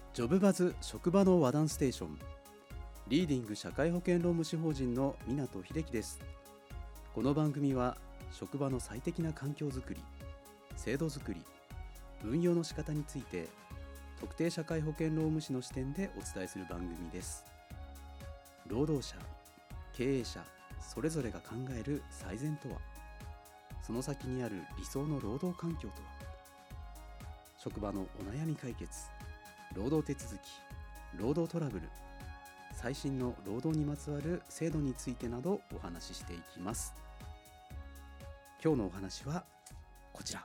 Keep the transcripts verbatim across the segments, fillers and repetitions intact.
ジョブバズ職場の和談ステーション、リーディング社会保険労務士法人の湊秀樹です。この番組は職場の最適な環境づくり、制度づくり、運用の仕方について特定社会保険労務士の視点でお伝えする番組です。労働者、経営者それぞれが考える最善とは、その先にある理想の労働環境とは、職場のお悩み解決、労働手続き、労働トラブル、最新の労働にまつわる制度についてなどお話ししていきます。今日のお話はこちら。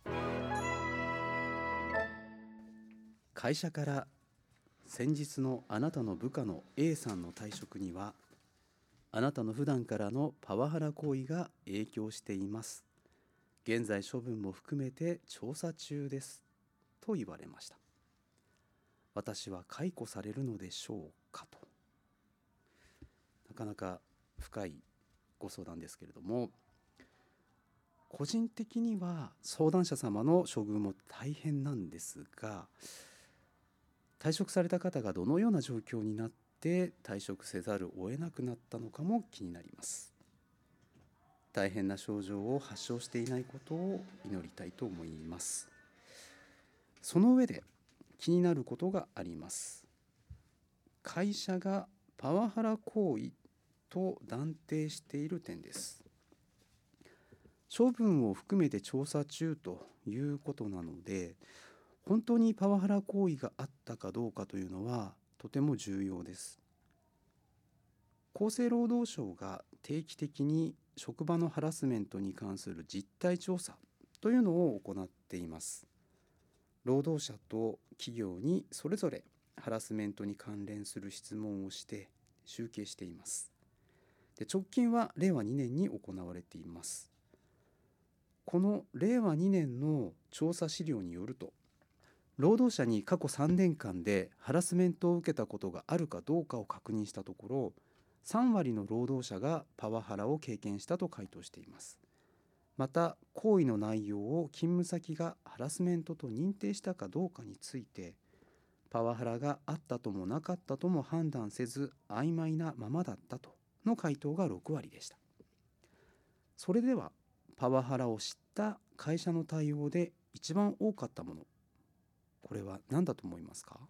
会社から先日のあなたの部下の A さんの退職には、あなたの普段からのパワハラ行為が影響しています。現在処分も含めて調査中ですと言われました。私は解雇されるのでしょうかと。なかなか深いご相談ですけれども、個人的には相談者様の処遇も大変なんですが、退職された方がどのような状況になって退職せざるを得なくなったのかも気になります。大変な症状を発症していないことを祈りたいと思います。その上で気になることがあります。会社がパワハラ行為と断定している点です。処分を含めて調査中ということなので、本当にパワハラ行為があったかどうかというのはとても重要です。厚生労働省が定期的に職場のハラスメントに関する実態調査というのを行っています。労働者と企業にそれぞれハラスメントに関連する質問をして集計しています。で、直近はれいわにねんに行われています。このれいわにねんの調査資料によると、労働者に過去さんねんかんでハラスメントを受けたことがあるかどうかを確認したところ、さんわりの労働者がパワハラを経験したと回答しています。また、行為の内容を勤務先がハラスメントと認定したかどうかについて、パワハラがあったともなかったとも判断せず曖昧なままだったとの回答がろくわりでした。それでは、パワハラを知った会社の対応で一番多かったもの、これは何だと思いますか？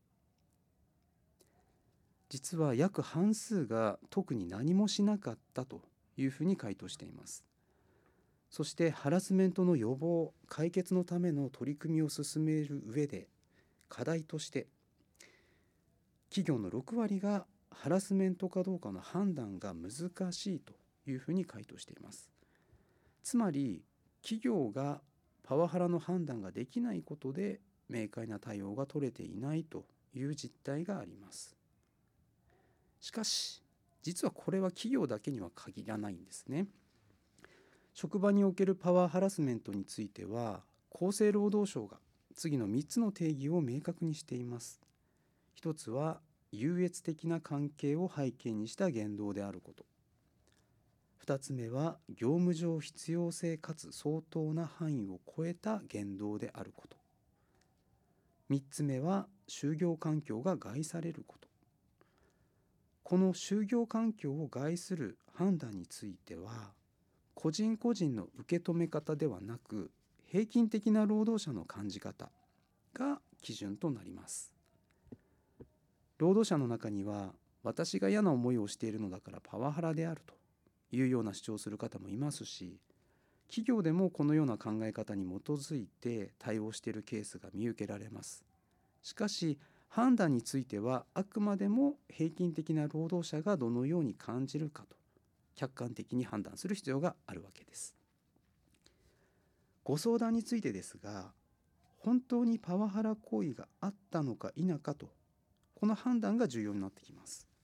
実は約半数が特に何もしなかったというふうに回答しています。そしてハラスメントの予防・解決のための取り組みを進める上で、課題として企業のろくわりがハラスメントかどうかの判断が難しいというふうに回答しています。つまり、企業がパワハラの判断ができないことで明快な対応が取れていないという実態があります。しかし、実はこれは企業だけには限らないんですね。職場におけるパワーハラスメントについては、厚生労働省が次のみっつの定義を明確にしています。ひとつは、優越的な関係を背景にした言動であること。ふたつめは、業務上必要性かつ相当な範囲を超えた言動であること。みっつめは、就業環境が害されること。この就業環境を害する判断については、個人個人の受け止め方ではなく、平均的な労働者の感じ方が基準となります。労働者の中には、私が嫌な思いをしているのだからパワハラであるというような主張をする方もいますし、企業でもこのような考え方に基づいて対応しているケースが見受けられます。しかし、判断についてはあくまでも平均的な労働者がどのように感じるかと客観的に判断する必要があるわけです。ご相談についてですが、本当にパワハラ行為があったのか否かと、この判断が重要になってきます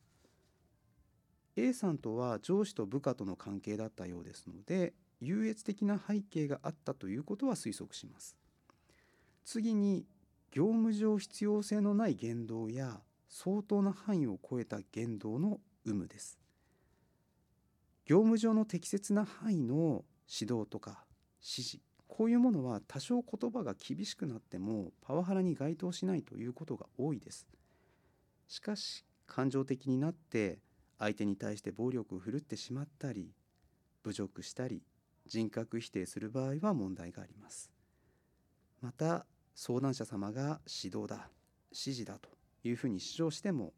。A さんとは上司と部下との関係だったようですので、優越的な背景があったということは推測します。次に、業務上必要性のない言動や相当な範囲を超えた言動の有無です。業務上の適切な範囲の指導とか指示、 こういうものは多少言葉が厳しくなってもパワハラに該当しないということが多いです。しかし感情的になって相手に対して暴力を振るってしまったり、侮辱したり人格否定する場合は問題があります。また相談者様が指導だ、指示だというふうに主張しても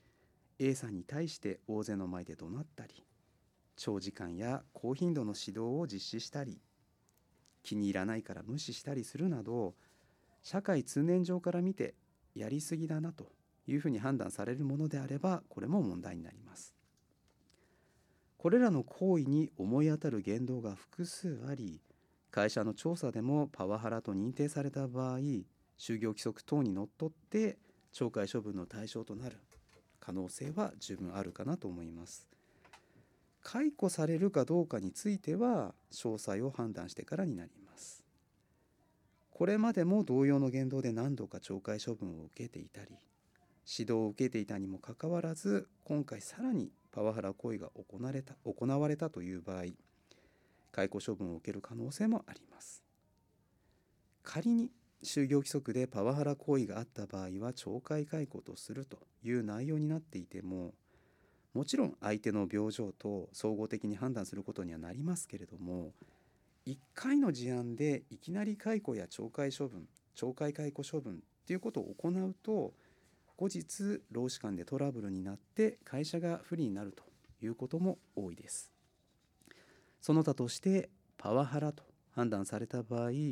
A さんに対して大勢の前で怒鳴ったり、長時間や高頻度の指導を実施したり、気に入らないから無視したりするなど、社会通念上から見てやりすぎだなというふうに判断されるものであれば、これも問題になります。これらの行為に思い当たる言動が複数あり、会社の調査でもパワハラと認定された場合、就業規則等にのっとって懲戒処分の対象となる可能性は十分あるかなと思います。解雇されるかどうかについては詳細を判断してからになります。これまでも同様の言動で何度か懲戒処分を受けていたり、指導を受けていたにもかかわらず、今回さらにパワハラ行為が行われた、行われたという場合、解雇処分を受ける可能性もあります。仮に就業規則でパワハラ行為があった場合は懲戒解雇とするという内容になっていても、もちろん相手の病状と総合的に判断することにはなりますけれども、いっかいの事案でいきなり解雇や懲戒処分、懲戒解雇処分ということを行うと、後日労使間でトラブルになって会社が不利になるということも多いです。その他としてパワハラと判断された場合、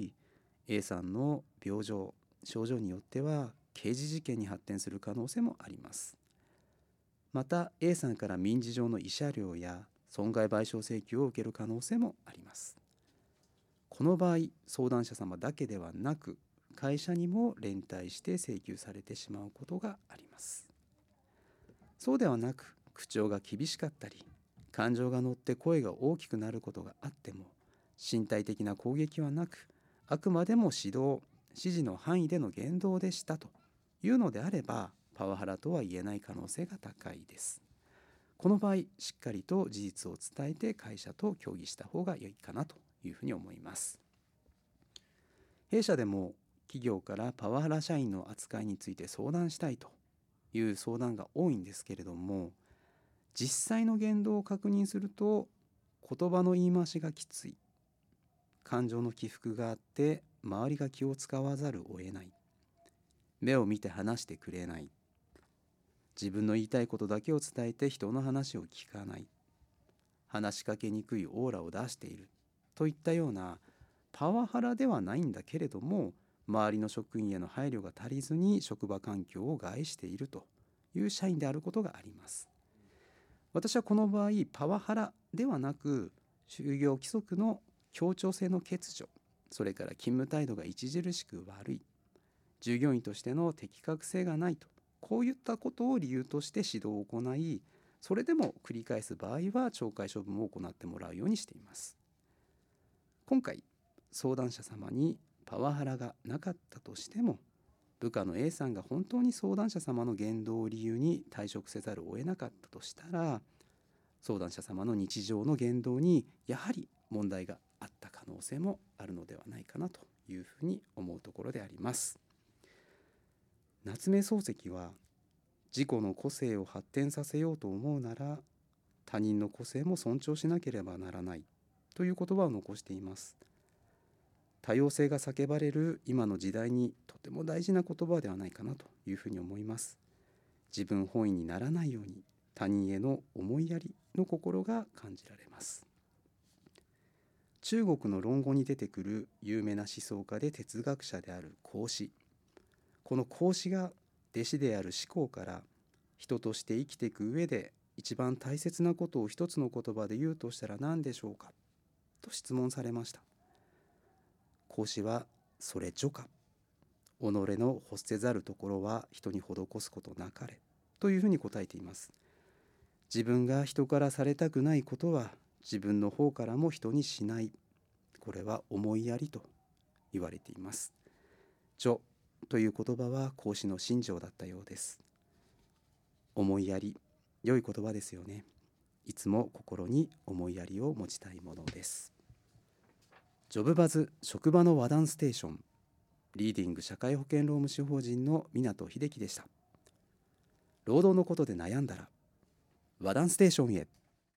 A さんの病状、症状によっては刑事事件に発展する可能性もあります。また A さんから民事上の慰謝料や損害賠償請求を受ける可能性もあります。この場合、相談者様だけではなく会社にも連帯して請求されてしまうことがあります。そうではなく、口調が厳しかったり感情が乗って声が大きくなることがあっても、身体的な攻撃はなく、あくまでも指導、指示の範囲での言動でしたというのであれば、パワハラとは言えない可能性が高いです。この場合、しっかりと事実を伝えて会社と協議した方が良いかなというふうに思います。弊社でも企業からパワハラ社員の扱いについて相談したいという相談が多いんですけれども、実際の言動を確認すると、言葉の言い回しがきつい、感情の起伏があって周りが気を使わざるを得ない、目を見て話してくれない、自分の言いたいことだけを伝えて人の話を聞かない、話しかけにくいオーラを出しているといったような、パワハラではないんだけれども周りの職員への配慮が足りずに職場環境を害しているという社員であることがあります。私はこの場合、パワハラではなく就業規則の協調性の欠如、それから勤務態度が著しく悪い、従業員としての適格性がないと、こういったことを理由として指導を行い、それでも繰り返す場合は懲戒処分を行ってもらうようにしています。今回相談者様にパワハラがなかったとしても、部下の A さんが本当に相談者様の言動を理由に退職せざるを得なかったとしたら、相談者様の日常の言動にやはり問題があった可能性もあるのではないかなというふうに思うところであります。夏目漱石は、自己の個性を発展させようと思うなら他人の個性も尊重しなければならないという言葉を残しています。多様性が叫ばれる今の時代にとても大事な言葉ではないかなというふうに思います。自分本位にならないように他人への思いやりの心が感じられます。中国の論語に出てくる有名な思想家で哲学者である孔子。この孔子が弟子である子貢から人として生きていく上で一番大切なことを一つの言葉で言うとしたら何でしょうかと質問されました。孔子は、それ除か。己の欲せざるところは人に施すことなかれというふうに答えています。自分が人からされたくないことは自分の方からも人にしない。これは思いやりと言われています。除という言葉は孔子の信条だったようです。思いやり、良い言葉ですよね。いつも心に思いやりを持ちたいものです。 ジョブバズ職場の和談ステーション、リーディング社会保険労務士法人の湊秀樹でした。労働のことで悩んだら和談ステーションへ。